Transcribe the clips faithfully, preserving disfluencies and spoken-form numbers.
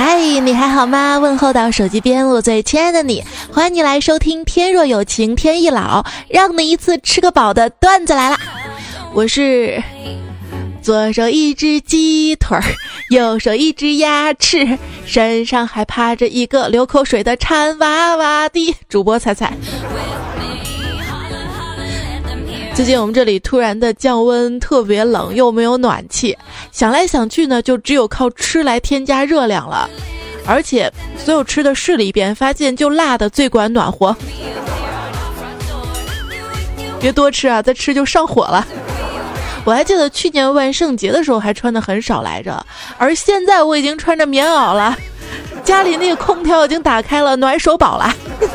嗨，你还好吗？问候到手机边我最亲爱的你，欢迎你来收听天若有情天亦老，让你一次吃个饱的段子来了。我是左手一只鸡腿儿，右手一只鸭翅，身上还趴着一个流口水的馋娃娃的主播彩彩。最近我们这里突然的降温，特别冷，又没有暖气，想来想去呢，就只有靠吃来添加热量了。而且所有吃的试了一遍，发现就辣的最管暖和。别多吃啊，再吃就上火了。我还记得去年万圣节的时候还穿的很少来着，而现在我已经穿着棉袄了，家里那个空调已经打开了，暖手宝了。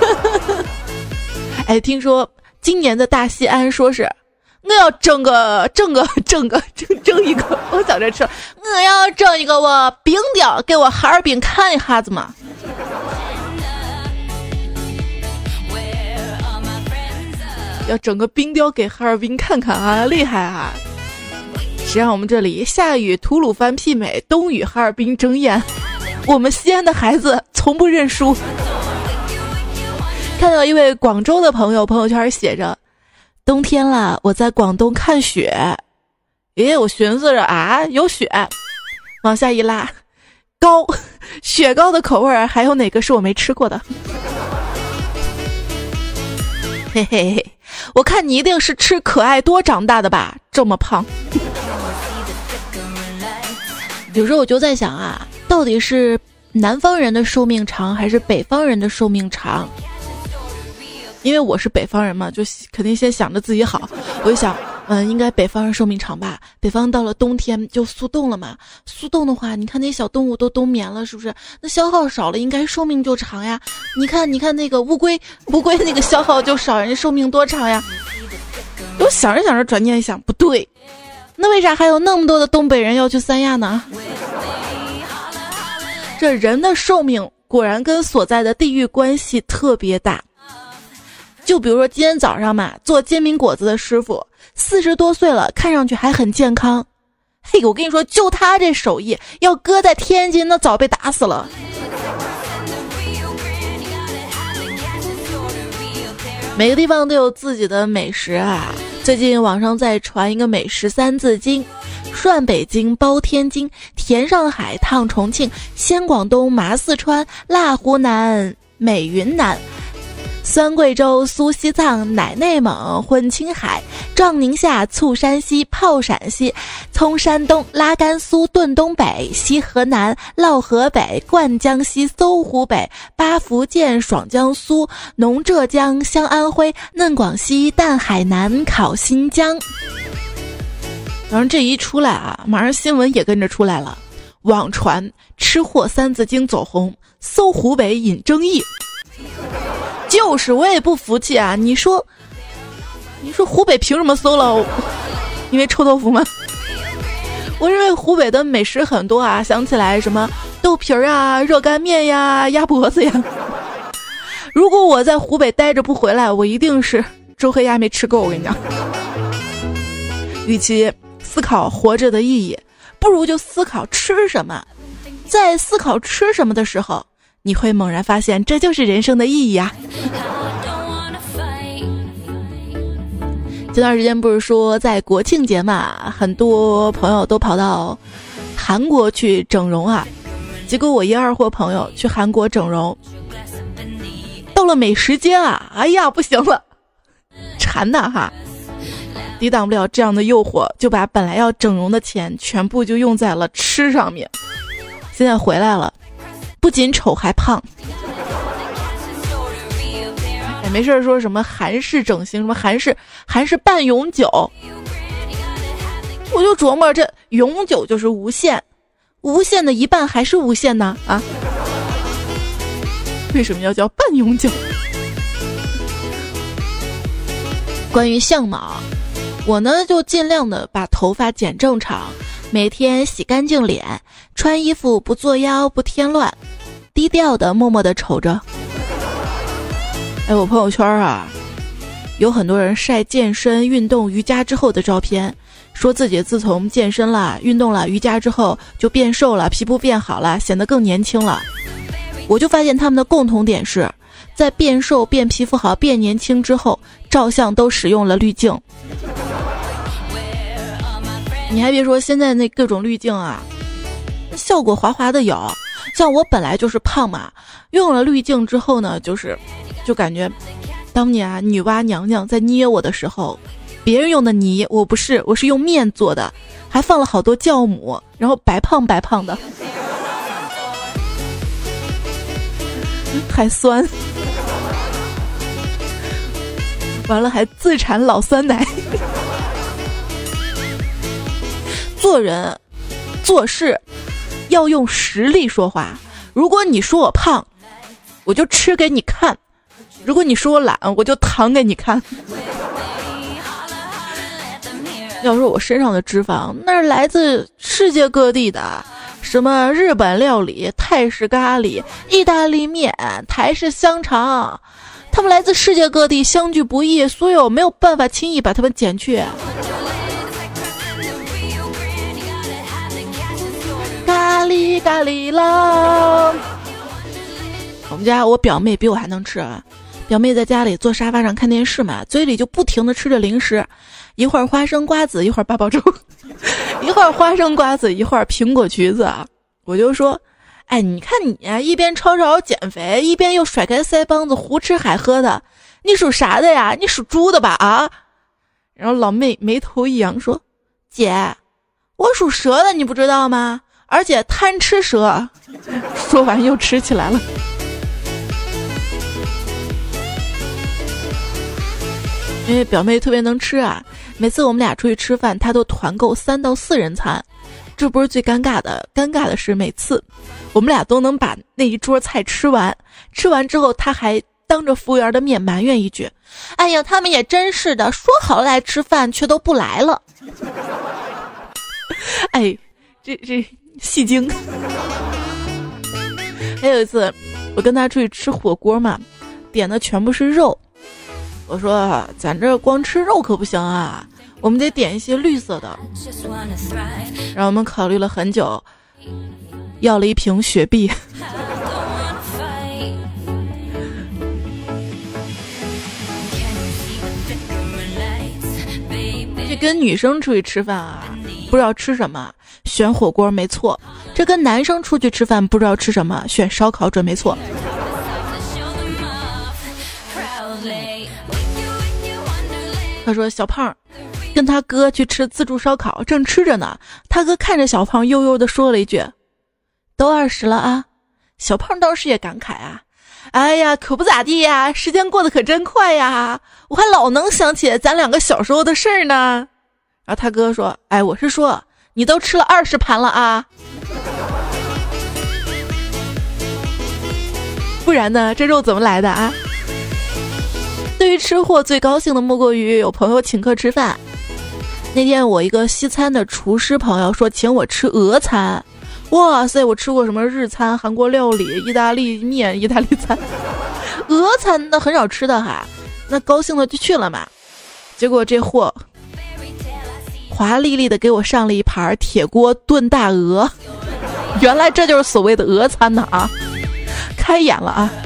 哎，听说今年的大西安说是我要蒸个蒸个蒸个蒸蒸一个，我想着吃，我要蒸一个我冰雕，给我哈尔滨看一下子嘛。要整个冰雕给哈尔滨看看啊，厉害啊！实际上我们这里夏雨吐鲁番媲美，冬雨哈尔滨争艳，我们西安的孩子从不认输。看到一位广州的朋友朋友圈写着，冬天了，我在广东看雪。诶，我寻思着啊，有雪，往下一拉，糕，雪糕的口味还有哪个是我没吃过的？嘿嘿嘿，我看你一定是吃可爱多长大的吧，这么胖。有时候我就在想啊，到底是南方人的寿命长还是北方人的寿命长？因为我是北方人嘛，就肯定先想着自己好。我就想，嗯，应该北方人寿命长吧？北方到了冬天就速冻了嘛，速冻的话，你看那些小动物都冬眠了，是不是？那消耗少了，应该寿命就长呀。你看，你看那个乌龟，乌龟那个消耗就少，人家寿命多长呀？我想着想着，转念一想，不对，那为啥还有那么多的东北人要去三亚呢？这人的寿命果然跟所在的地域关系特别大。就比如说今天早上嘛，做煎饼果子的师傅四十多岁了，看上去还很健康。嘿，我跟你说，就他这手艺，要搁在天津，那早被打死了。每个地方都有自己的美食啊。最近网上在传一个美食三字经：涮北京，包天津，甜上海，烫重庆，鲜广东，麻四川，辣湖南，美云南。酸贵州，酥西藏，奶内蒙，荤青海，壮宁夏，醋山西，泡陕西，葱山东，拉甘肃，炖东北，西河南，烙河北，灌江西，搜湖北，巴福建，爽江苏，浓浙江，香安徽，嫩广西，淡海南，烤新疆。然后这一出来啊，马上新闻也跟着出来了，网传吃货三字经走红，搜湖北引争议。就是我也不服气啊！你说，你说湖北凭什么搜了？因为臭豆腐吗？我认为湖北的美食很多啊，想起来什么豆皮儿啊、热干面呀、鸭脖子呀。如果我在湖北待着不回来，我一定是周黑鸭没吃够。我跟你讲，与其思考活着的意义，不如就思考吃什么。在思考吃什么的时候，你会猛然发现，这就是人生的意义啊！这段时间不是说在国庆节嘛，很多朋友都跑到韩国去整容啊。结果我一二货朋友去韩国整容，到了美食街啊，哎呀不行了，馋呐哈，抵挡不了这样的诱惑，就把本来要整容的钱全部就用在了吃上面。现在回来了，不仅丑还胖。哎，没事说什么韩式整形，什么韩式韩式半永久，我就琢磨这永久就是无限，无限的一半还是无限呢啊？为什么要叫半永久？关于相貌，我呢就尽量的把头发剪正常，每天洗干净脸，穿衣服不作妖不添乱，低调的默默的瞅着。哎，我朋友圈啊有很多人晒健身运动瑜伽之后的照片， 说自己自从健身了、运动了、瑜伽之后就变瘦了，皮肤变好了，显得更年轻了。我就发现他们的共同点是，在变瘦、变皮肤好、变年轻之后，照相都使用了滤镜。你还别说，现在那各种滤镜啊，效果滑滑的有。像我本来就是胖嘛，用了滤镜之后呢，就是就感觉当年啊女娲娘娘在捏我的时候，别人用的泥，我不是，我是用面做的，还放了好多酵母，然后白胖白胖的，还酸，完了还自产老酸奶。做人做事要用实力说话，如果你说我胖，我就吃给你看；如果你说我懒，我就躺给你看。要说我身上的脂肪，那是来自世界各地的，什么日本料理、泰式咖喱、意大利面、台式香肠，他们来自世界各地，相聚不易，所以我没有办法轻易把他们减去。咖喱咖喱啦！我们家我表妹比我还能吃啊！表妹在家里坐沙发上看电视嘛，嘴里就不停地吃着零食，一会儿花生瓜子，一会儿八宝粥，一会儿花生瓜子，一会儿苹果橘子啊！我就说，哎，你看你啊，一边吵吵减肥，一边又甩开腮帮子胡吃海喝的，你属啥的呀？你属猪的吧？啊！然后老妹眉头一扬说：“姐，我属蛇的，你不知道吗？而且贪吃蛇。”说完又吃起来了。因为表妹特别能吃啊，每次我们俩出去吃饭，她都团购三到四人餐。这不是最尴尬的，尴尬的是每次我们俩都能把那一桌菜吃完，吃完之后她还当着服务员的面埋怨一句：“哎呀，他们也真是的，说好了来吃饭，却都不来了。”哎，这这戏精。还有一次，我跟他出去吃火锅嘛，点的全部是肉。我说咱这光吃肉可不行啊，我们得点一些绿色的。然后我们考虑了很久，要了一瓶雪碧。这跟女生出去吃饭啊，不知道吃什么，选火锅没错。这跟男生出去吃饭不知道吃什么，选烧烤准没错。他说小胖跟他哥去吃自助烧烤，正吃着呢，他哥看着小胖悠悠地说了一句：“都二十了啊。”小胖当时也感慨啊，哎呀，可不咋地呀，时间过得可真快呀，我还老能想起咱两个小时候的事儿呢。然后他哥说：“哎，我是说你都吃了二十盘了啊，不然呢，这肉怎么来的啊？”对于吃货最高兴的莫过于有朋友请客吃饭。那天我一个西餐的厨师朋友说请我吃俄餐，哇塞，我吃过什么日餐、韩国料理、意大利面、意大利餐，俄餐那很少吃的哈，那高兴的就去了嘛。结果这货华丽丽的给我上了一盘铁锅炖大鹅，原来这就是所谓的俄餐呢啊，开眼了啊。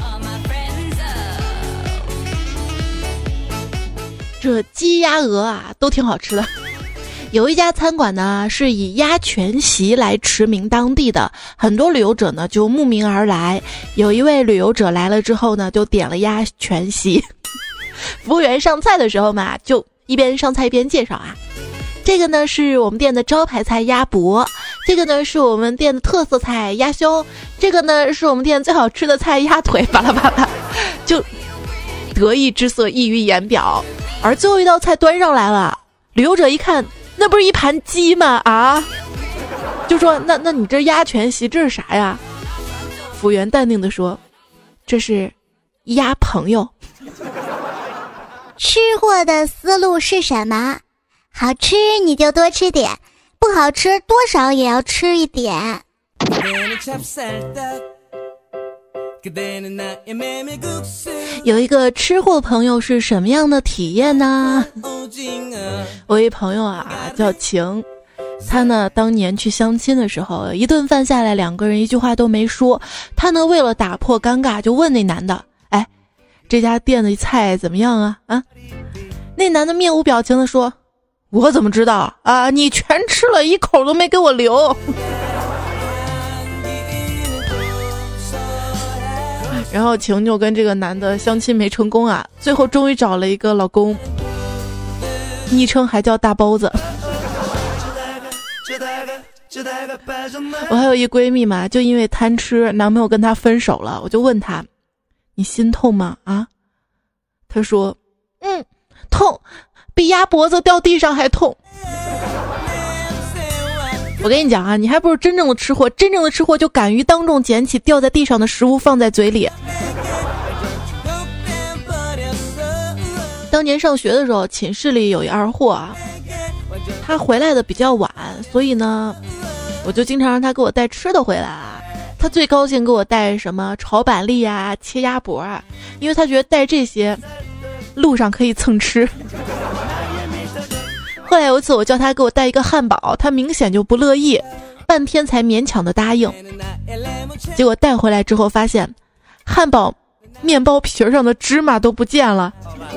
这鸡鸭鹅啊都挺好吃的。有一家餐馆呢是以鸭全席来驰名当地的，很多旅游者呢就慕名而来。有一位旅游者来了之后呢，就点了鸭全席。服务员上菜的时候嘛，就一边上菜一边介绍啊，这个呢是我们店的招牌菜鸭脖，这个呢是我们店的特色菜鸭胸，这个呢是我们店最好吃的菜鸭腿，巴拉巴拉，就得意之色溢于言表。而最后一道菜端上来了，旅游者一看，那不是一盘鸡吗？啊，就说那那你这鸭全席这是啥呀？服务员淡定地说，这是鸭朋友。 吃货的思路是什么？好吃你就多吃点，不好吃多少也要吃一点。 有一个吃货朋友是什么样的体验呢？我一朋友啊叫晴，他呢当年去相亲的时候，一顿饭下来两个人一句话都没说，他呢为了打破尴尬就问那男的，哎，这家店的菜怎么样啊？啊，那男的面无表情的说，我怎么知道啊？你全吃了，一口都没给我留。然后晴就跟这个男的相亲没成功啊，最后终于找了一个老公，昵称还叫大包子。我还有一闺蜜嘛，就因为贪吃，男朋友跟她分手了，我就问她，你心痛吗？啊？她说，嗯，痛，比鸭脖子掉地上还痛。我跟你讲啊，你还不是真正的吃货，真正的吃货就敢于当众捡起掉在地上的食物放在嘴里。当年上学的时候，寝室里有一二货啊，他回来的比较晚，所以呢，我就经常让他给我带吃的回来啊。他最高兴给我带什么炒板栗啊、切鸭脖啊，因为他觉得带这些路上可以蹭吃。后来有一次我叫他给我带一个汉堡，他明显就不乐意，半天才勉强的答应。结果带回来之后发现，汉堡面包皮上的芝麻都不见了。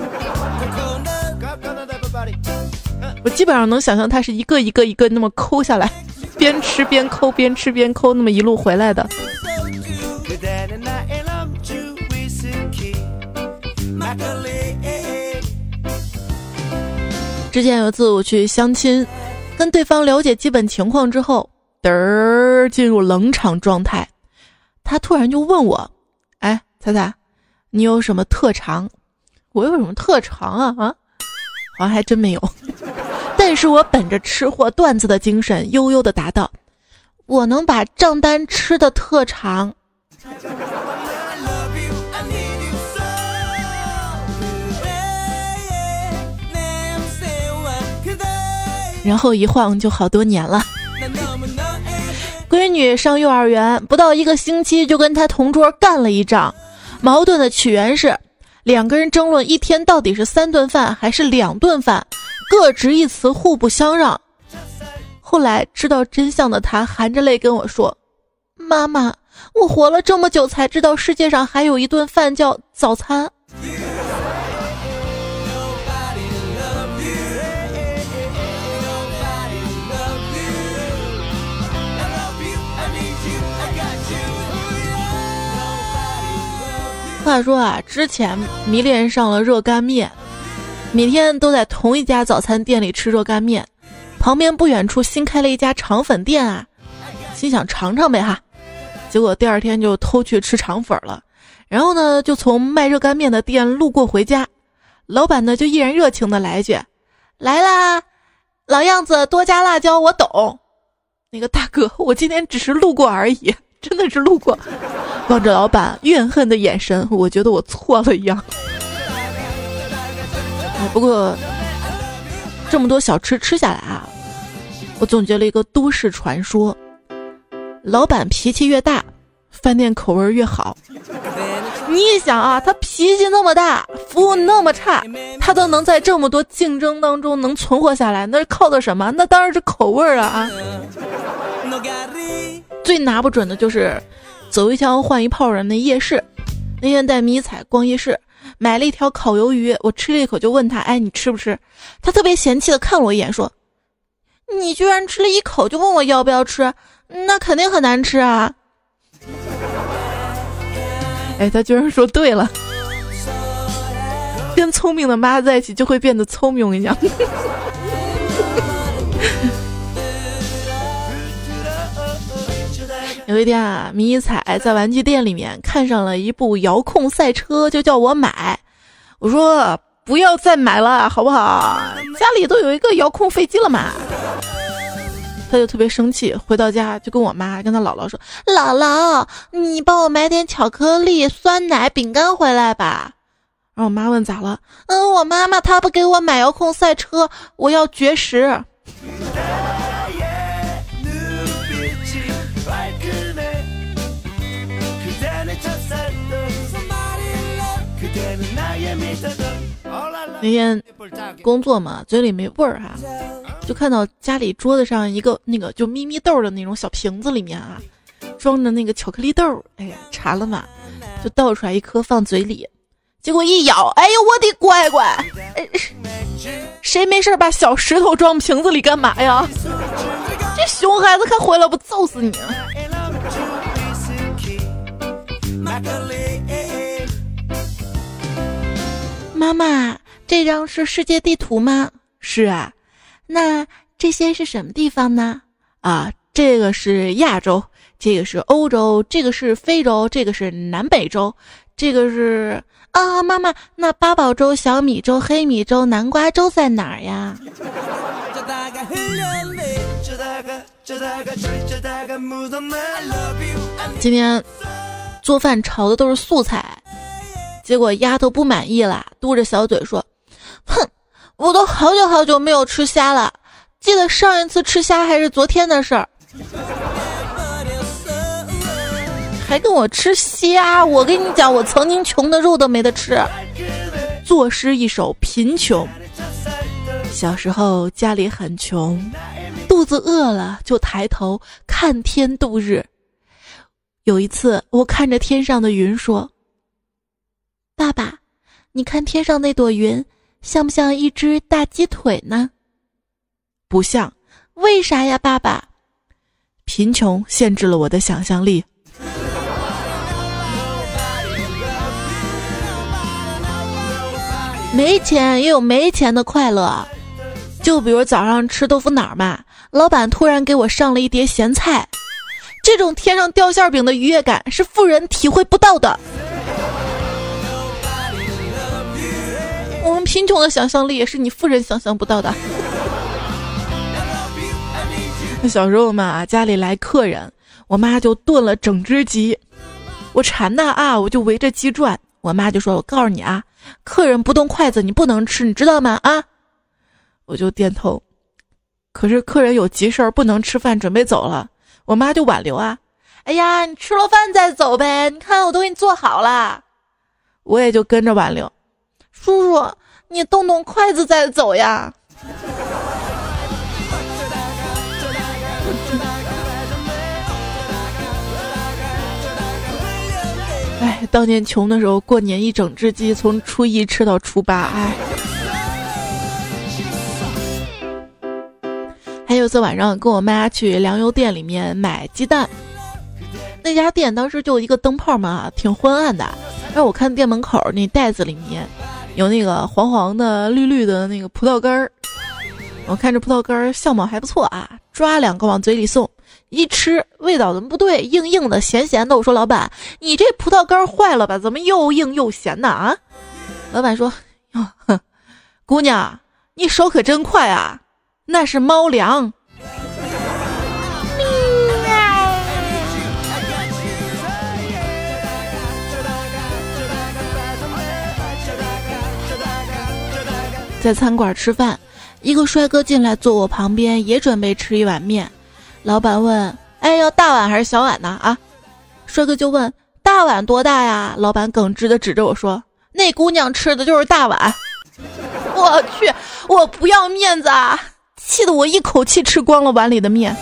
我基本上能想象他是一个一个一个那么抠下来，边吃边抠，边吃边抠，那么一路回来的。之前有一次我去相亲，跟对方了解基本情况之后，嘚儿进入冷场状态。他突然就问我，哎，彩彩，你有什么特长？我有什么特长啊？啊，好像还真没有。但是我本着吃货段子的精神，悠悠地答道，我能把账单吃的特长。然后一晃就好多年了。闺女上幼儿园不到一个星期，就跟她同桌干了一仗。矛盾的起源是两个人争论一天到底是三顿饭还是两顿饭，各执一词，互不相让。后来知道真相的她含着泪跟我说，妈妈，我活了这么久才知道世界上还有一顿饭叫早餐。话说啊，之前迷恋上了热干面，每天都在同一家早餐店里吃热干面，旁边不远处新开了一家肠粉店啊，心想尝尝呗哈。结果第二天就偷去吃肠粉了，然后呢就从卖热干面的店路过回家，老板呢就依然热情的来一句，来啦，老样子多加辣椒我懂。那个大哥，我今天只是路过而已，真的是路过。望着老板怨恨的眼神，我觉得我错了一样。不过这么多小吃吃下来啊，我总结了一个都市传说，老板脾气越大，饭店口味越好。你一想啊，他脾气那么大，服务那么差，他都能在这么多竞争当中能存活下来，那是靠的什么？那当然是口味啊啊！最拿不准的就是走一枪换一炮人的夜市。那天带迷彩逛夜市，买了一条烤鱿鱼，我吃了一口就问他，哎，你吃不吃？他特别嫌弃的看了我一眼说，你居然吃了一口就问我要不要吃，那肯定很难吃啊。哎，他居然说对了，跟聪明的妈在一起就会变得聪明，我跟你讲。有一天啊，迷彩在玩具店里面看上了一部遥控赛车，就叫我买。我说不要再买了好不好，家里都有一个遥控飞机了嘛。他就特别生气，回到家就跟我妈跟他姥姥说，姥姥你帮我买点巧克力、酸奶、饼干回来吧。然后我妈问咋了，嗯，我妈妈她不给我买遥控赛车，我要绝食。 那天工作嘛，嘴里没味儿哈，就看到家里桌子上一个那个就咪咪豆的那种小瓶子里面啊，装着那个巧克力豆，哎呀，馋了嘛，就倒出来一颗放嘴里，结果一咬，哎呦我的乖乖，哎，谁没事把小石头装瓶子里干嘛呀？这熊孩子看回来不揍死你！妈妈，这张是世界地图吗？是啊。那这些是什么地方呢？啊，这个是亚洲，这个是欧洲，这个是非洲，这个是南北洲，这个是……啊，妈妈，那八宝粥、小米粥、黑米粥、南瓜粥在哪儿呀？今天做饭炒的都是素菜，结果丫头不满意了，嘟着小嘴说：“哼，我都好久好久没有吃虾了，记得上一次吃虾还是昨天的事儿。”还跟我吃虾，我跟你讲，我曾经穷的肉都没得吃。作诗一首贫穷。小时候家里很穷，肚子饿了就抬头看天度日。有一次我看着天上的云说：“爸爸，你看天上那朵云像不像一只大鸡腿呢？”不像。为啥呀，爸爸？贫穷限制了我的想象力。没钱也有没钱的快乐，就比如早上吃豆腐脑嘛，老板突然给我上了一碟咸菜，这种天上掉馅饼的愉悦感是富人体会不到的。我们贫穷的想象力也是你富人想象不到的。小时候嘛，家里来客人，我妈就炖了整只鸡，我馋呐啊，我就围着鸡转，我妈就说：“我告诉你啊，客人不动筷子你不能吃，你知道吗？”啊，我就点头。可是客人有急事儿不能吃饭，准备走了，我妈就挽留啊：“哎呀，你吃了饭再走呗，你看我都给你做好了。”我也就跟着挽留：“叔叔，你动动筷子再走呀。”哎，当年穷的时候，过年一整只鸡，从初一吃到初八。哎，还有一次晚上跟我妈去粮油店里面买鸡蛋，那家店当时就一个灯泡嘛，挺昏暗的。然后我看店门口那袋子里面有那个黄黄的、绿绿的那个葡萄干儿，我看这葡萄干儿相貌还不错啊，抓两个往嘴里送。一吃味道怎么不对，硬硬的咸咸的。我说老板，你这葡萄干坏了吧，怎么又硬又咸呢啊？老板说：“哟哼，姑娘你手可真快啊，那是猫粮。”在餐馆吃饭，一个帅哥进来坐我旁边，也准备吃一碗面。老板问：“哎，要大碗还是小碗呢？”啊，帅哥就问：“大碗多大呀？”老板耿直的指着我说：“那姑娘吃的就是大碗。”我去，我不要面子啊！气得我一口气吃光了碗里的面。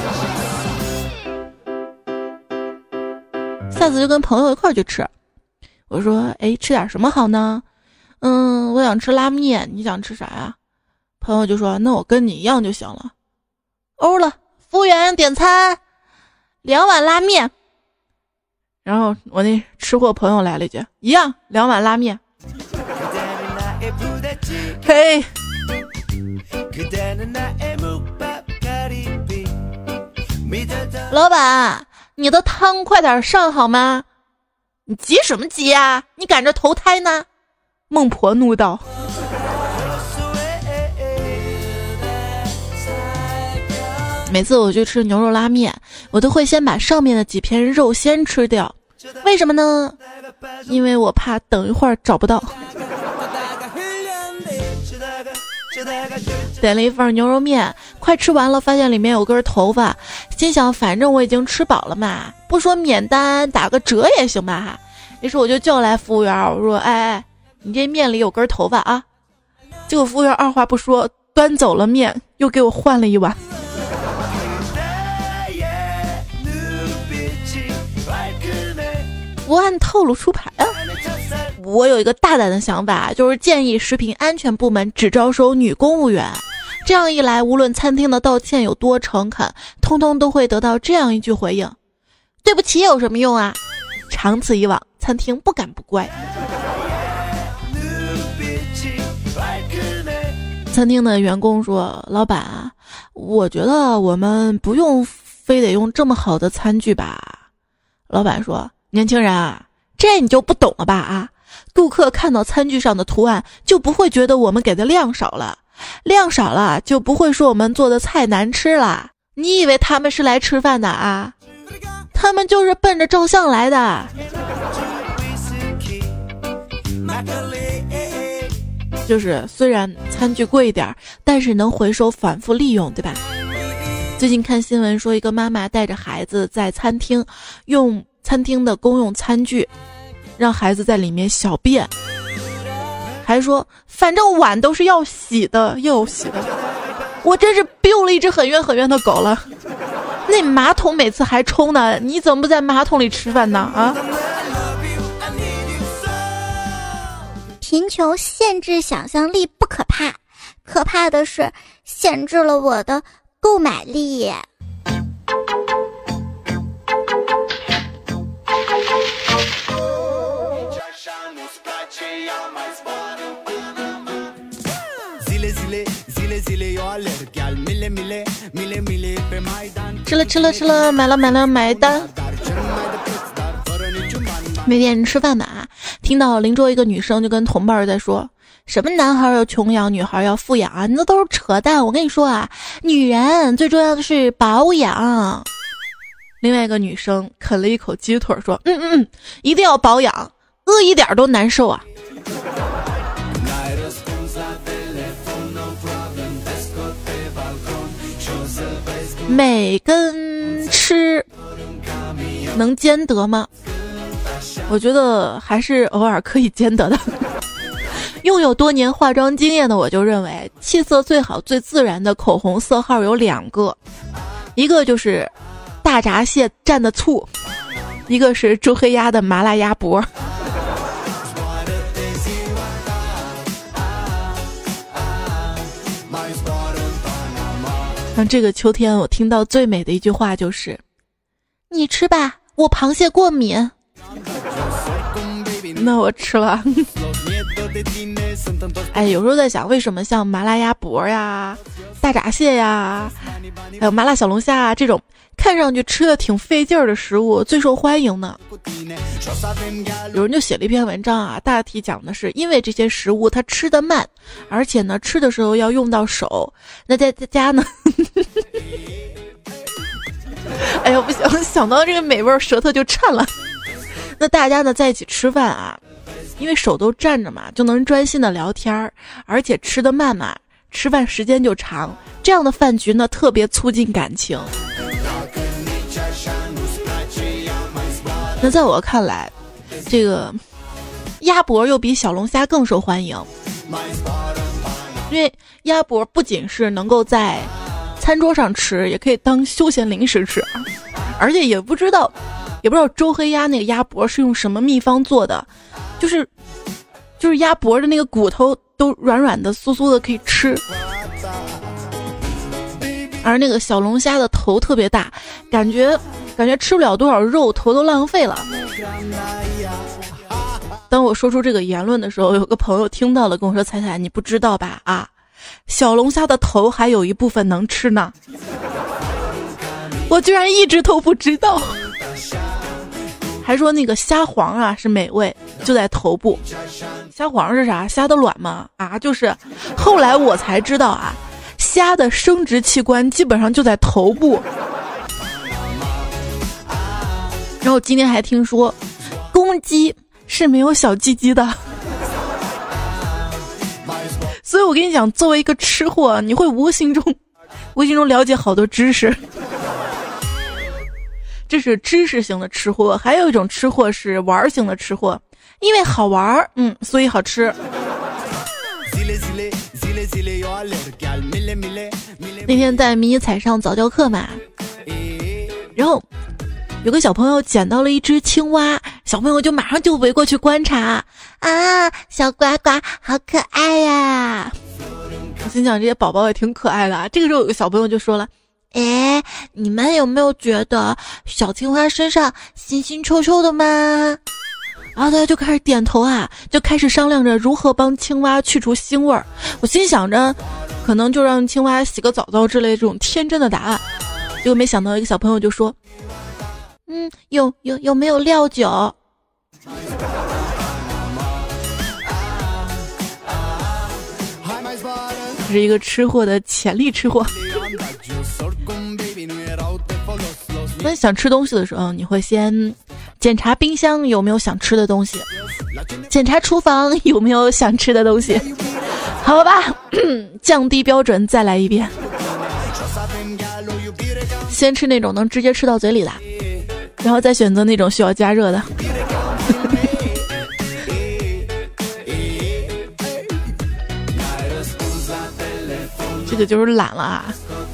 下次就跟朋友一块去吃。我说：“哎，吃点什么好呢？”嗯，我想吃拉面，你想吃啥呀？朋友就说：“那我跟你一样就行了。”欧了。服务员点餐，两碗拉面。然后我那吃货朋友来了一句：“一样，两碗拉面。”嘿，老板，你的汤快点上好吗？你急什么急啊？你赶着投胎呢？孟婆怒道。每次我去吃牛肉拉面，我都会先把上面的几片肉先吃掉。为什么呢？因为我怕等一会儿找不到。点了一份牛肉面，快吃完了，发现里面有根头发，心想反正我已经吃饱了嘛，不说免单打个折也行吧哈。于是我就叫来服务员，我说：“哎哎，你这面里有根头发啊。” 结果服务员二话不说端走了面，又给我换了一碗。不按套路出牌啊！我有一个大胆的想法，就是建议食品安全部门只招收女公务员。这样一来，无论餐厅的道歉有多诚恳，通通都会得到这样一句回应：对不起有什么用啊？长此以往，餐厅不敢不乖。餐厅的员工说：老板啊，我觉得我们不用非得用这么好的餐具吧。老板说：年轻人啊，这你就不懂了吧啊！顾客看到餐具上的图案，就不会觉得我们给的量少了，量少了就不会说我们做的菜难吃了。你以为他们是来吃饭的啊？他们就是奔着照相来的。就是虽然餐具贵一点，但是能回收反复利用，对吧？最近看新闻说，一个妈妈带着孩子在餐厅用餐厅的公用餐具，让孩子在里面小便，还说反正碗都是要洗的，又洗的。我真是 biu 了一只很冤很冤的狗了。那马桶每次还冲呢，你怎么不在马桶里吃饭呢？啊！ 贫穷限制想象力不可怕，可怕的是限制了我的购买力。吃了吃了吃了，买了买了买单。那天吃饭吧，听到邻桌一个女生就跟同伴在说，什么男孩要穷养，女孩要富养啊，你那都是扯淡。我跟你说啊，女人最重要的是保养。另外一个女生啃了一口鸡腿说，嗯嗯嗯，一定要保养，饿一点都难受啊。美跟吃能兼得吗？我觉得还是偶尔可以兼得的。拥有多年化妆经验的我就认为，气色最好最自然的口红色号有两个，一个就是大闸蟹蘸的醋，一个是周黑鸭的麻辣鸭脖。像这个秋天我听到最美的一句话就是，你吃吧，我螃蟹过敏。那我吃了。哎，有时候在想，为什么像麻辣鸭脖呀、大闸蟹呀，还有麻辣小龙虾啊这种看上去吃的挺费劲儿的食物最受欢迎呢？有人就写了一篇文章啊，大体讲的是因为这些食物它吃得慢，而且呢吃的时候要用到手。那在家呢哎呀不行，想到这个美味舌头就颤了。那大家呢在一起吃饭啊，因为手都站着嘛，就能专心的聊天，而且吃得慢嘛，吃饭时间就长，这样的饭局呢特别促进感情。那在我看来，这个鸭脖又比小龙虾更受欢迎，因为鸭脖不仅是能够在餐桌上吃，也可以当休闲零食吃，而且也不知道也不知道周黑鸭那个鸭脖是用什么秘方做的，就是就是鸭脖的那个骨头都软软的酥酥的可以吃，而那个小龙虾的头特别大，感觉感觉吃不了多少肉，头都浪费了。当我说出这个言论的时候，有个朋友听到了跟我说，彩彩你不知道吧啊，小龙虾的头还有一部分能吃呢。我居然一直都不知道。还说那个虾黄啊是美味，就在头部。虾黄是啥？虾的卵吗？啊，就是后来我才知道啊，虾的生殖器官基本上就在头部。然后今天还听说公鸡是没有小鸡鸡的。所以我跟你讲，作为一个吃货，你会无形中无形中了解好多知识。这是知识型的吃货，还有一种吃货是玩型的吃货，因为好玩，嗯，所以好吃。 那天在迷你彩上早教课嘛，然后有个小朋友捡到了一只青蛙，小朋友就马上就围过去观察啊，小呱呱好可爱呀！我心想这些宝宝也挺可爱的啊。这个时候有个小朋友就说了，哎，你们有没有觉得小青蛙身上腥腥臭臭的吗？然后大家就开始点头啊，就开始商量着如何帮青蛙去除腥味儿。我心想着可能就让青蛙洗个澡澡之类这种天真的答案，结果没想到一个小朋友就说，嗯，有有有没有料酒？这是一个吃货的潜力吃货。那想吃东西的时候，你会先检查冰箱有没有想吃的东西，检查厨房有没有想吃的东西，好吧，降低标准再来一遍。先吃那种能直接吃到嘴里的，然后再选择那种需要加热的。这个就是懒了啊。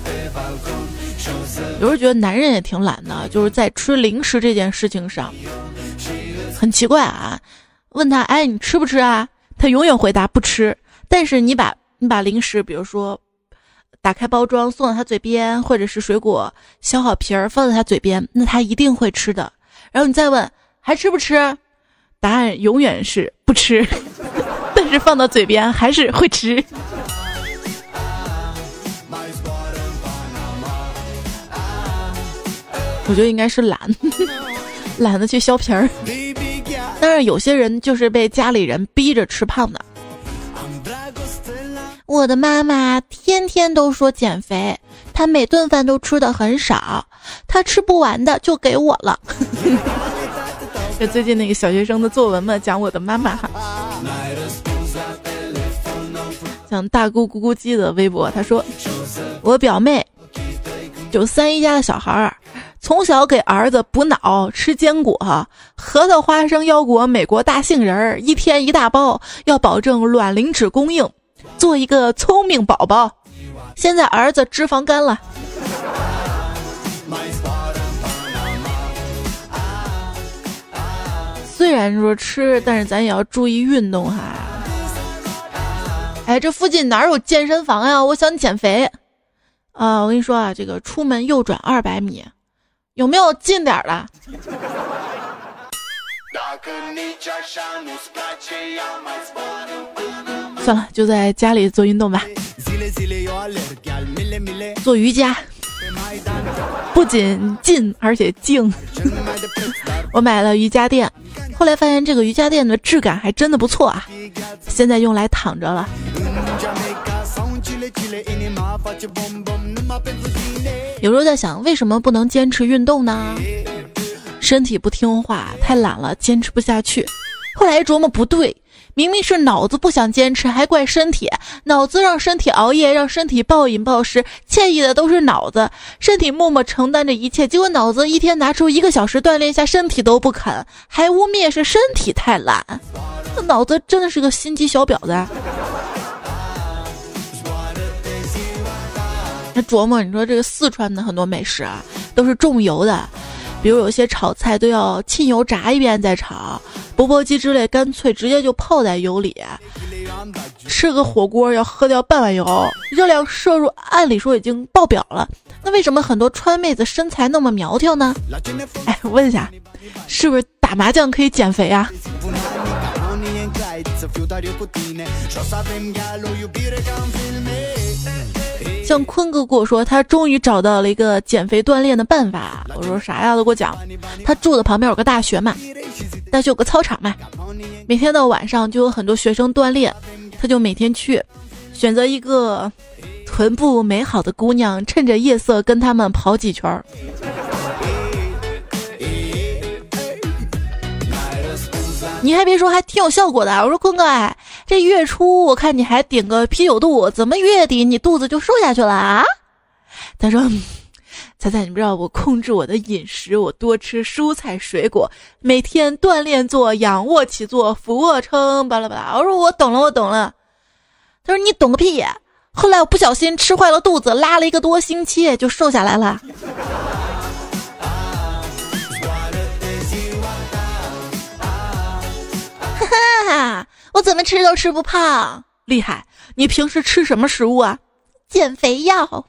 有时候觉得男人也挺懒的，就是在吃零食这件事情上很奇怪啊。问他，哎，你吃不吃啊？他永远回答不吃。但是你把你把零食，比如说打开包装送到他嘴边，或者是水果削好皮儿放在他嘴边，那他一定会吃的。然后你再问还吃不吃，答案永远是不吃，但是放到嘴边还是会吃。我觉得应该是懒，懒得去削皮儿。当然有些人就是被家里人逼着吃胖的。我的妈妈天天都说减肥，她每顿饭都吃的很少，她吃不完的就给我了。就最近那个小学生的作文嘛，讲我的妈妈。像大姑咕咕鸡的微博，他说我表妹就三姨家的小孩儿，从小给儿子补脑，吃坚果，核桃、花生、腰果、美国大杏仁，一天一大包，要保证卵磷脂供应，做一个聪明宝宝。现在儿子脂肪肝了。虽然说吃，但是咱也要注意运动哈。哎，这附近哪有健身房呀？我想减肥。啊、呃，我跟你说啊，这个出门右转二百米，有没有近点的？算了，就在家里做运动吧。做瑜伽，不仅近而且静。我买了瑜伽垫，后来发现这个瑜伽垫的质感还真的不错啊，现在用来躺着了。有时候在想，为什么不能坚持运动呢？身体不听话，太懒了，坚持不下去。后来琢磨不对，明明是脑子不想坚持，还怪身体，脑子让身体熬夜，让身体暴饮暴食，歉意的都是脑子，身体默默承担着一切，结果脑子一天拿出一个小时锻炼一下，身体都不肯，还污蔑是身体太懒。脑子真的是个心机小婊子。那琢磨，你说这个四川的很多美食啊，都是重油的，比如有些炒菜都要浸油炸一遍再炒，钵钵鸡之类干脆直接就泡在油里，吃个火锅要喝掉半碗油，热量摄入按理说已经爆表了，那为什么很多川妹子身材那么苗条呢？哎，我问一下，是不是打麻将可以减肥啊？像坤哥跟我说，他终于找到了一个减肥锻炼的办法。我说啥呀？都给我讲。他住的旁边有个大学嘛，大学有个操场嘛，每天到晚上就有很多学生锻炼，他就每天去，选择一个臀部美好的姑娘，趁着夜色跟他们跑几圈。你还别说，还挺有效果的。我说坤哥，哎，这月初我看你还顶个啤酒肚，怎么月底你肚子就瘦下去了啊？他说，彩彩，你不知道我控制我的饮食，我多吃蔬菜水果，每天锻炼做仰卧起坐、俯卧撑，巴拉巴拉。我说我懂了，我懂了。 他说你懂个屁呀！后来我不小心吃坏了肚子，拉了一个多星期就瘦下来了。哈哈，我怎么吃都吃不胖， 厉害！你平时吃什么食物啊？ 减肥药。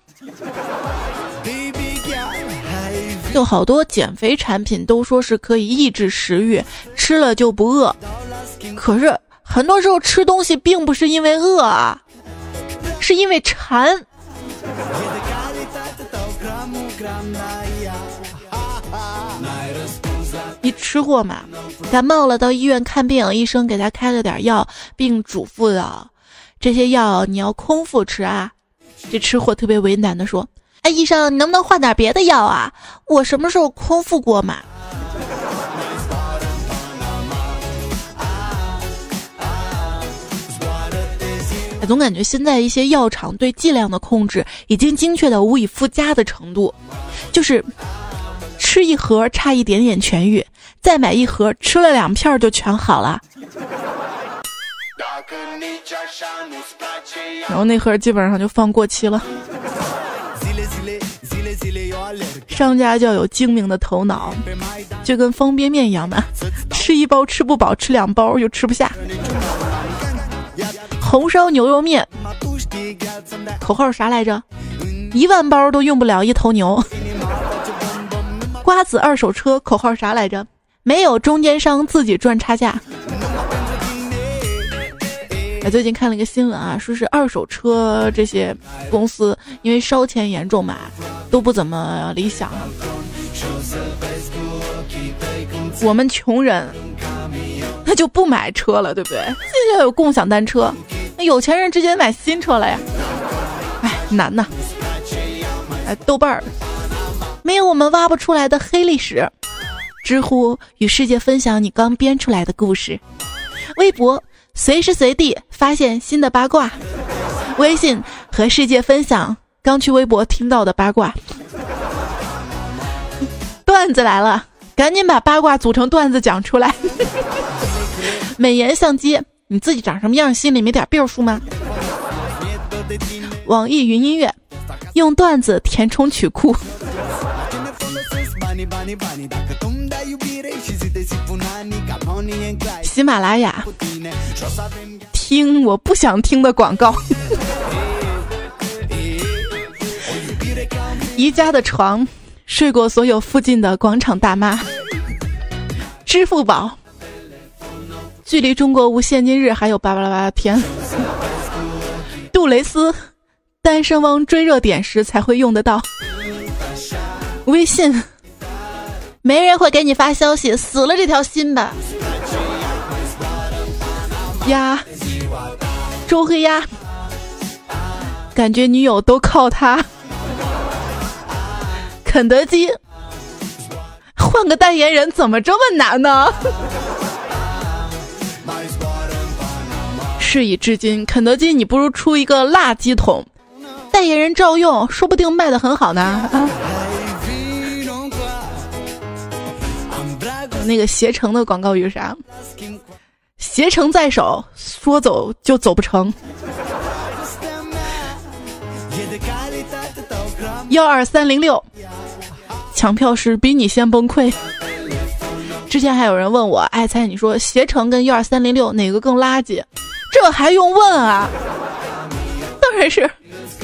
有好多减肥产品都说是可以抑制食欲，吃了就不饿。可是很多时候吃东西并不是因为饿啊，是因为馋。你吃货嘛， 感冒了到医院看病，医生给他开了点药，并嘱咐的这些药你要空腹吃啊。 这吃货特别为难的说， 哎，医生，你能不能换点别的药啊？我什么时候空腹过嘛？ 我总感觉现在一些药厂对剂量的控制已经精确到无以复加的程度，就是吃一盒差一点点痊愈，再买一盒吃了两片就全好了。然后那盒基本上就放过期了。商家就要有精明的头脑，就跟方便面一样嘛，吃一包吃不饱，吃两包又吃不下。红烧牛肉面口号啥来着？一万包都用不了一头牛。瓜子二手车口号啥来着？没有中间商，自己赚差价。哎，最近看了一个新闻啊，说是二手车这些公司因为烧钱严重嘛，都不怎么理想。我们穷人那就不买车了，对不对？现在有共享单车，那有钱人直接买新车了呀。哎，难呐。哎，豆瓣儿没有我们挖不出来的黑历史。知乎与世界分享你刚编出来的故事。微博随时随地发现新的八卦。微信和世界分享刚去微博听到的八卦。段子来了，赶紧把八卦组成段子讲出来。美颜相机，你自己长什么样心里没点病数吗？网易云音乐，用段子填充曲库。喜马拉雅，听我不想听的广告。宜家的床，睡过所有附近的广场大妈。支付宝，距离中国无现金日还有八八八天。杜蕾斯，单身汪追热点时才会用得到。微信， 没人会给你发消息，死了这条心吧。 鸭，周黑鸭，感觉女友都靠他。肯德基，换个代言人怎么这么难呢？事已至今，肯德基你不如出一个辣鸡桶，代言人照用，说不定卖得很好呢。啊，那个携程的广告语是啥？携程在手，说走就走不成。幺二三零六，抢票时比你先崩溃。之前还有人问我，爱猜你说携程跟幺二三零六哪个更垃圾？这还用问啊？当然是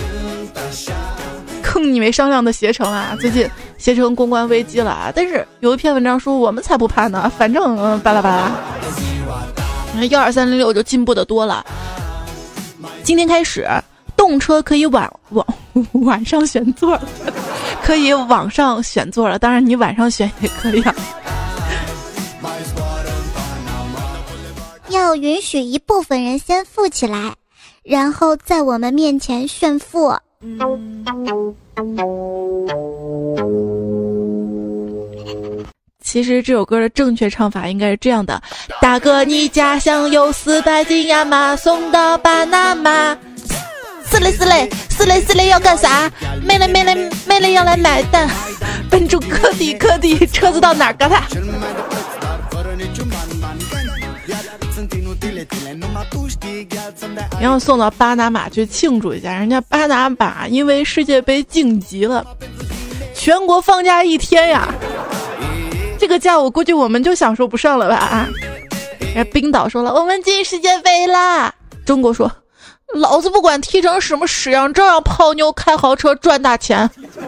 坑你没商量的携程啊！最近携程公关危机了啊，但是有一篇文章说我们才不怕呢，反正嗯巴拉巴拉。幺二三零六就进步的多了。今天开始，动车可以晚晚晚上选座了，可以网上选座了。当然你晚上选也可以啊。 要允许一部分人先富起来，然后在我们面前炫富。 其实这首歌的正确唱法应该是这样的：大哥，你家乡有四百斤亚麻，送到巴拿马。 四雷四雷四雷四雷要干啥？没雷没雷没雷要来买单。 笨猪磕地磕地，车子到哪儿搁它？ 然后送到巴拿马去庆祝一下，人家巴拿马因为世界杯晋级了，全国放假一天呀，这个假我估计我们就享受不上了吧啊！人家冰岛说了，我们进世界杯啦，中国说，老子不管踢成什么屎样，照样泡妞开豪车赚大钱。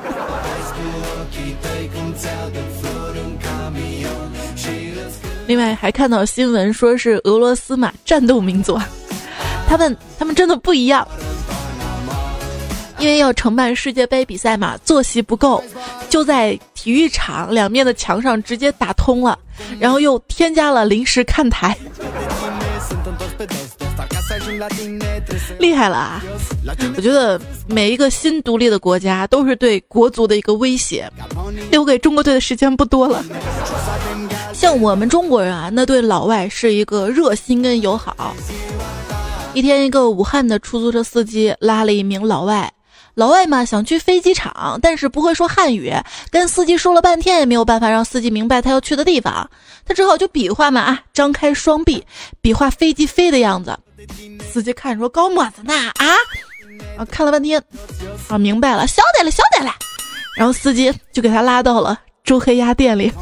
另外还看到新闻说是俄罗斯嘛，战斗民族啊，他们他们真的不一样，因为要承办世界杯比赛嘛，坐席不够，就在体育场两面的墙上直接打通了，然后又添加了临时看台，厉害了啊！我觉得每一个新独立的国家都是对国足的一个威胁，留给中国队的时间不多了。像我们中国人啊，那对老外是一个热心跟友好。一天，一个武汉的出租车司机拉了一名老外，老外嘛想去飞机场，但是不会说汉语，跟司机说了半天也没有办法让司机明白他要去的地方，他只好就比划嘛啊，张开双臂，比划飞机飞的样子。司机看说高么子呢啊啊，看了半天啊，明白了，晓得了晓得了，然后司机就给他拉到了周黑鸭店里。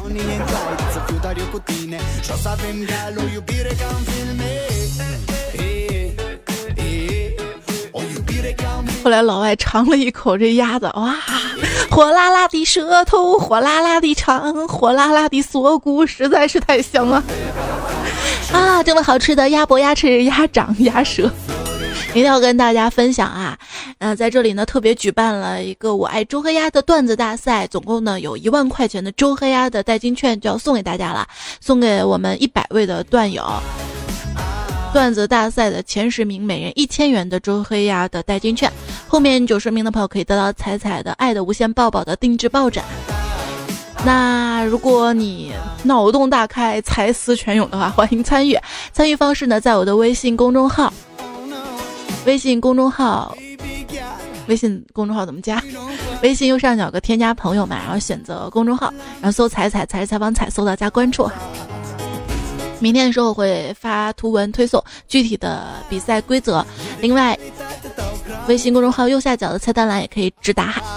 后来老外尝了一口这鸭子，哇，火辣辣的舌头，火辣辣的肠，火辣辣的锁骨，实在是太香了啊！这么好吃的鸭脖、鸭翅、鸭掌、鸭舌，一定要跟大家分享啊！呃，在这里呢，特别举办了一个我爱周黑鸭的段子大赛，总共呢有一万块钱的周黑鸭的代金券就要送给大家了，送给我们一百位的段友。段子大赛的前十名每人一千元的周黑鸭的代金券，后面九十名的朋友可以得到彩彩的爱的无限抱抱的定制抱枕。那如果你脑洞大开、才思泉涌的话，欢迎参与。参与方式呢，在我的微信公众号，微信公众号，微信公众号怎么加？微信右上角有个添加朋友嘛，然后选择公众号，然后搜彩彩，才是采访彩，搜到加关注哈。明天的时候会发图文推送具体的比赛规则，另外微信公众号右下角的菜单栏也可以直达海，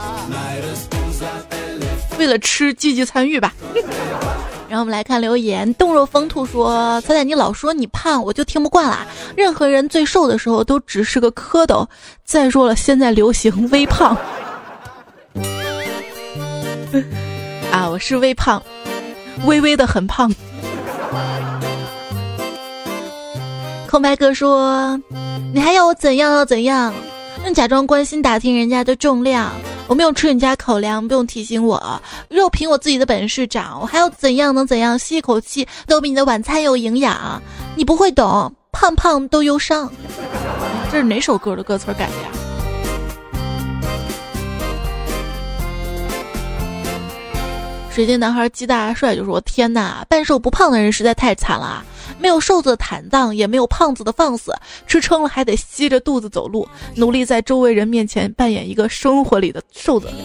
为了吃积极参与吧。然后我们来看留言，冻肉风兔说，彩彩你老说你胖我就听不惯啦，任何人最瘦的时候都只是个蝌蚪，再说了现在流行微胖啊，我是微胖，微微的很胖。空白哥说，你还要我怎样要怎样，用假装关心打听人家的重量，我没有吃你家口粮，不用提醒我，肉凭我自己的本事长，我还要怎样能怎样，吸一口气都比你的晚餐有营养，你不会懂，胖胖都忧伤。这是哪首歌的歌词改的呀？水晶男孩鸡大帅就说，天哪，半瘦不胖的人实在太惨了啊，没有瘦子的坦荡，也没有胖子的放肆，吃撑了还得吸着肚子走路，努力在周围人面前扮演一个生活里的瘦子。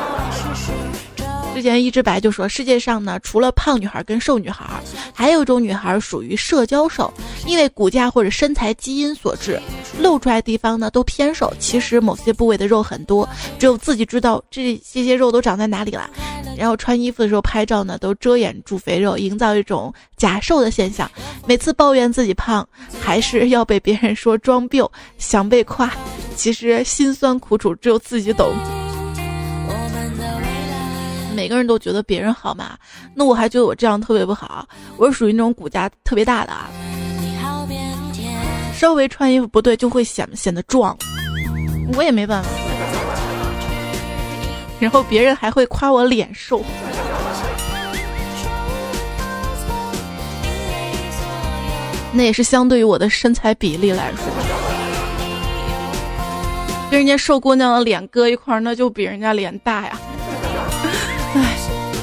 之前一只白就说，世界上呢，除了胖女孩跟瘦女孩，还有一种女孩属于社交瘦，因为骨架或者身材基因所致，露出来的地方呢都偏瘦，其实某些部位的肉很多，只有自己知道这这些肉都长在哪里了。然后穿衣服的时候拍照呢都遮掩住肥肉，营造一种假瘦的现象，每次抱怨自己胖还是要被别人说装病，想被夸，其实辛酸苦楚只有自己懂。每个人都觉得别人好嘛，那我还觉得我这样特别不好，我是属于那种骨架特别大的啊，稍微穿衣服不对就会显显得壮，我也没办法，然后别人还会夸我脸瘦。那也是相对于我的身材比例来说，跟人家瘦姑娘的脸搁一块儿，那就比人家脸大呀。唉，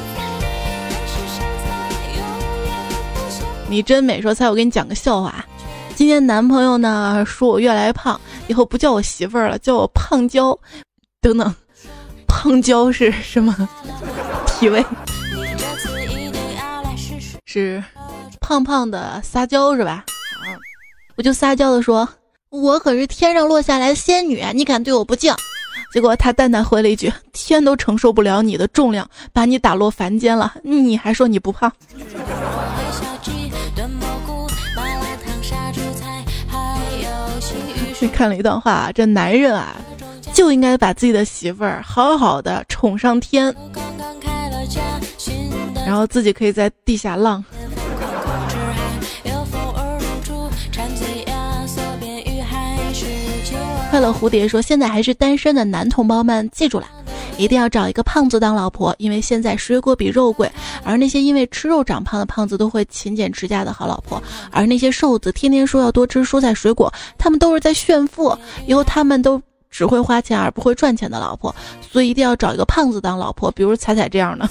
你真美说，猜我给你讲个笑话。今天男朋友呢说我越来越胖，以后不叫我媳妇儿了，叫我胖娇等等。胖娇是什么体位？是胖胖的撒娇是吧？我就撒娇的说， 我可是天上落下来的仙女，你敢对我不敬？结果他淡淡回了一句，天都承受不了你的重量，把你打落凡间了，你还说你不胖？看了一段话，这男人啊就应该把自己的媳妇儿好好的宠上天，然后自己可以在地下浪。快乐蝴蝶说，现在还是单身的男同胞们记住了，一定要找一个胖子当老婆，因为现在水果比肉贵，而那些因为吃肉长胖的胖子都会勤俭持家的好老婆，而那些瘦子天天说要多吃蔬菜水果，他们都是在炫富，以后他们都只会花钱而不会赚钱的老婆，所以一定要找一个胖子当老婆，比如彩彩这样的。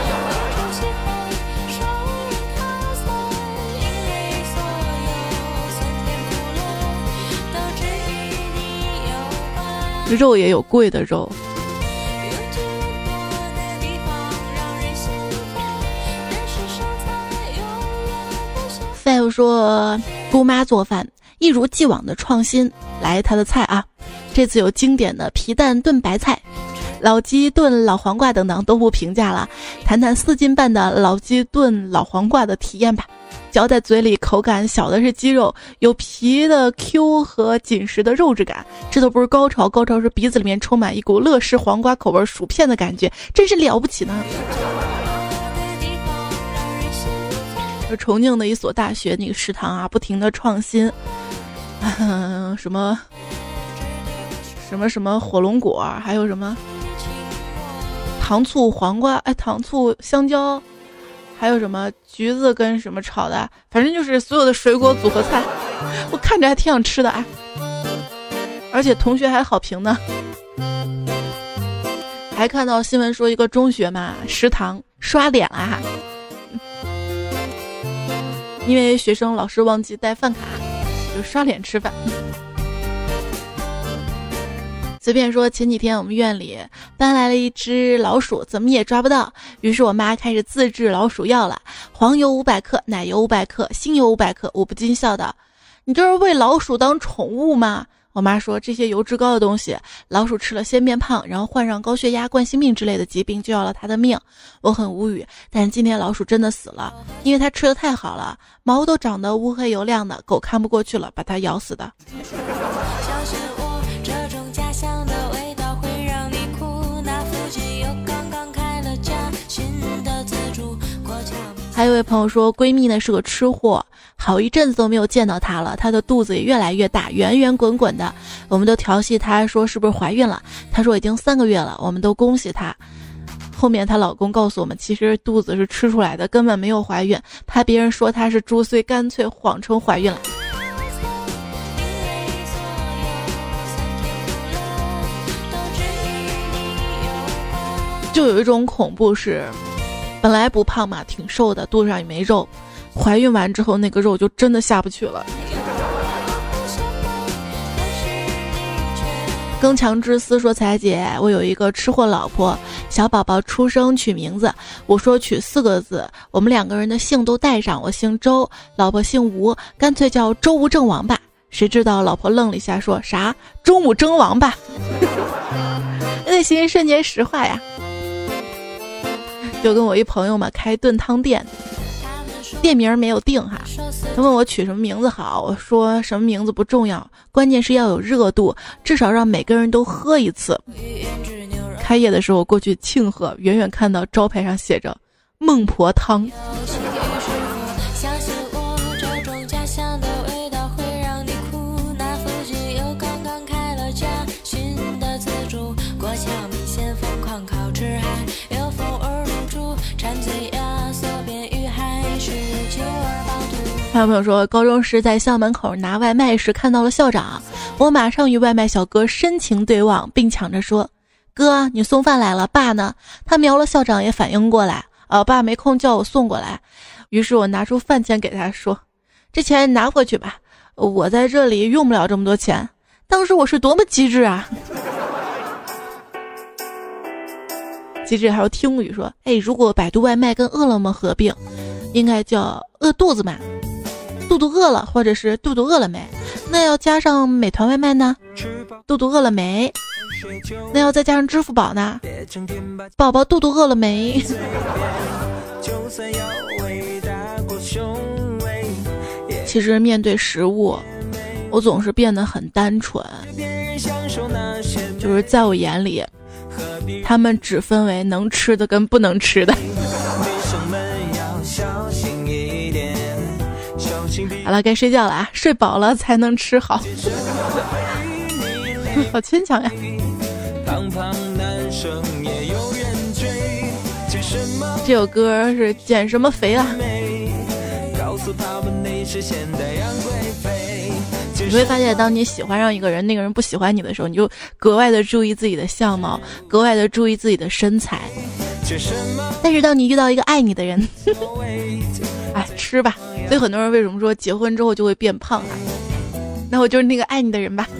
肉也有贵的肉。Five 说，姑妈做饭一如既往的创新，来她的菜啊，这次有经典的皮蛋炖白菜、老鸡炖老黄瓜等等，都不评价了，谈谈四斤半的老鸡炖老黄瓜的体验吧。嚼在嘴里，口感小的是鸡肉，有皮的 Q 和紧实的肉质感，这都不是高潮，高潮是鼻子里面充满一股乐事黄瓜口味薯片的感觉，真是了不起呢。重庆的一所大学那个食堂啊，不停的创新，嗯、什么什么什么火龙果，还有什么糖醋黄瓜，哎，糖醋香蕉，还有什么橘子跟什么炒的，反正就是所有的水果组合菜，我看着还挺想吃的啊，而且同学还好评呢。还看到新闻说一个中学嘛，食堂刷脸了哈，因为学生老师忘记带饭卡，就刷脸吃饭。随便说，前几天我们院里搬来了一只老鼠，怎么也抓不到，于是我妈开始自制老鼠药了，黄油五百克，奶油五百克，杏油五百克。我不禁笑道，你这是喂老鼠当宠物吗？我妈说，这些油脂高的东西，老鼠吃了先变胖，然后患上高血压、冠心病之类的疾病，就要了它的命。我很无语，但是今天老鼠真的死了，因为它吃的太好了，毛都长得乌黑油亮的，狗看不过去了，把它咬死的。还有一位朋友说，闺蜜呢是个吃货，好一阵子都没有见到她了，她的肚子也越来越大，圆圆滚滚的，我们都调戏她说是不是怀孕了，她说已经三个月了，我们都恭喜她。后面她老公告诉我们，其实肚子是吃出来的，根本没有怀孕，怕别人说她是猪，所以干脆谎称怀孕了。就有一种恐怖是，本来不胖嘛，挺瘦的，肚子上也没肉，怀孕完之后那个肉就真的下不去了。更强之思说，彩姐，我有一个吃货老婆，小宝宝出生取名字，我说取四个字，我们两个人的姓都带上，我姓周，老婆姓吴，干脆叫周吴郑王吧。谁知道老婆愣了一下，说啥中午争王吧。内心瞬间石化呀。就跟我一朋友嘛开炖汤店，店名没有定哈，他问我取什么名字好，我说什么名字不重要，关键是要有热度，至少让每个人都喝一次。开业的时候过去庆贺，远远看到招牌上写着孟婆汤。还有朋友说，高中时在校门口拿外卖时看到了校长，我马上与外卖小哥深情对望，并抢着说，哥你送饭来了，爸呢？他瞄了校长也反应过来，呃，爸没空叫我送过来。于是我拿出饭钱给他说，这钱拿回去吧，我在这里用不了这么多钱。当时我是多么机智啊。机智还有听语说，哎，如果百度外卖跟饿了么合并，应该叫饿肚子嘛，肚肚饿了，或者是肚肚饿了没。 那要加上美团外卖呢？肚肚饿了没？那要再加上支付宝呢？宝宝肚肚饿了没？其实面对食物，我总是变得很单纯，就是在我眼里，他们只分为能吃的跟不能吃的。好了，该睡觉了啊，睡饱了才能吃好。好牵强呀。这首歌是减什么肥啊？你会发现，当你喜欢上一个人，那个人不喜欢你的时候，你就格外的注意自己的相貌，格外的注意自己的身材。但是当你遇到一个爱你的人，哎，吃吧。所以很多人为什么说结婚之后就会变胖啊？那我就是那个爱你的人吧。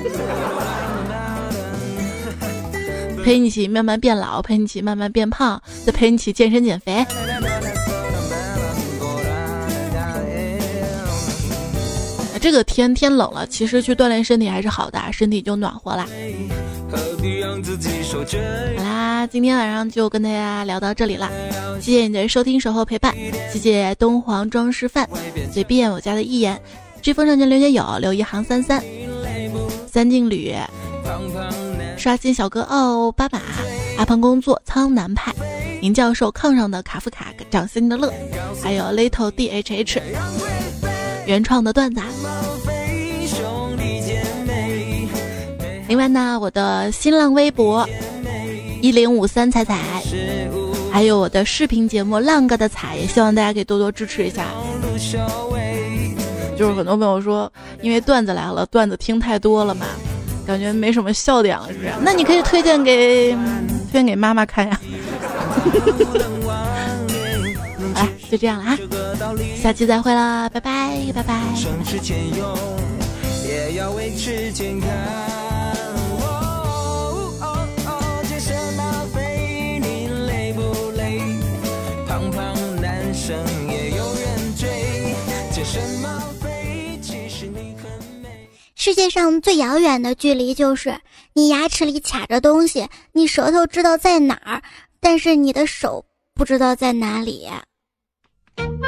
陪你一起慢慢变老，陪你一起慢慢变胖，再陪你一起健身减肥。这个天天冷了，其实去锻炼身体还是好的，身体就暖和啦。好啦，今天晚上就跟大家聊到这里啦，谢谢你的收听守候陪伴，谢谢东皇装饰饭，随便我家的一眼，追风上间刘学友，刘一航三三，三劲旅，刷新小哥奥巴马，阿鹏工作苍南派，林教授炕上的卡夫卡，掌心的乐，还有 Little D H H 原创的段子。另外呢，我的新浪微博一零五三彩彩，还有我的视频节目浪哥的彩，也希望大家可以多多支持一下。就是很多朋友说，因为段子来了，段子听太多了嘛，感觉没什么笑点了，是不是？那你可以推荐给推荐给妈妈看呀。好啦，就这样了啊，下期再会啦，拜拜拜拜。也要维持健康。胖胖男生也有人追，健身吗？ 世界上最遥远的距离就是你牙齿里卡着东西，你舌头知道在哪儿，但是你的手不知道在哪里。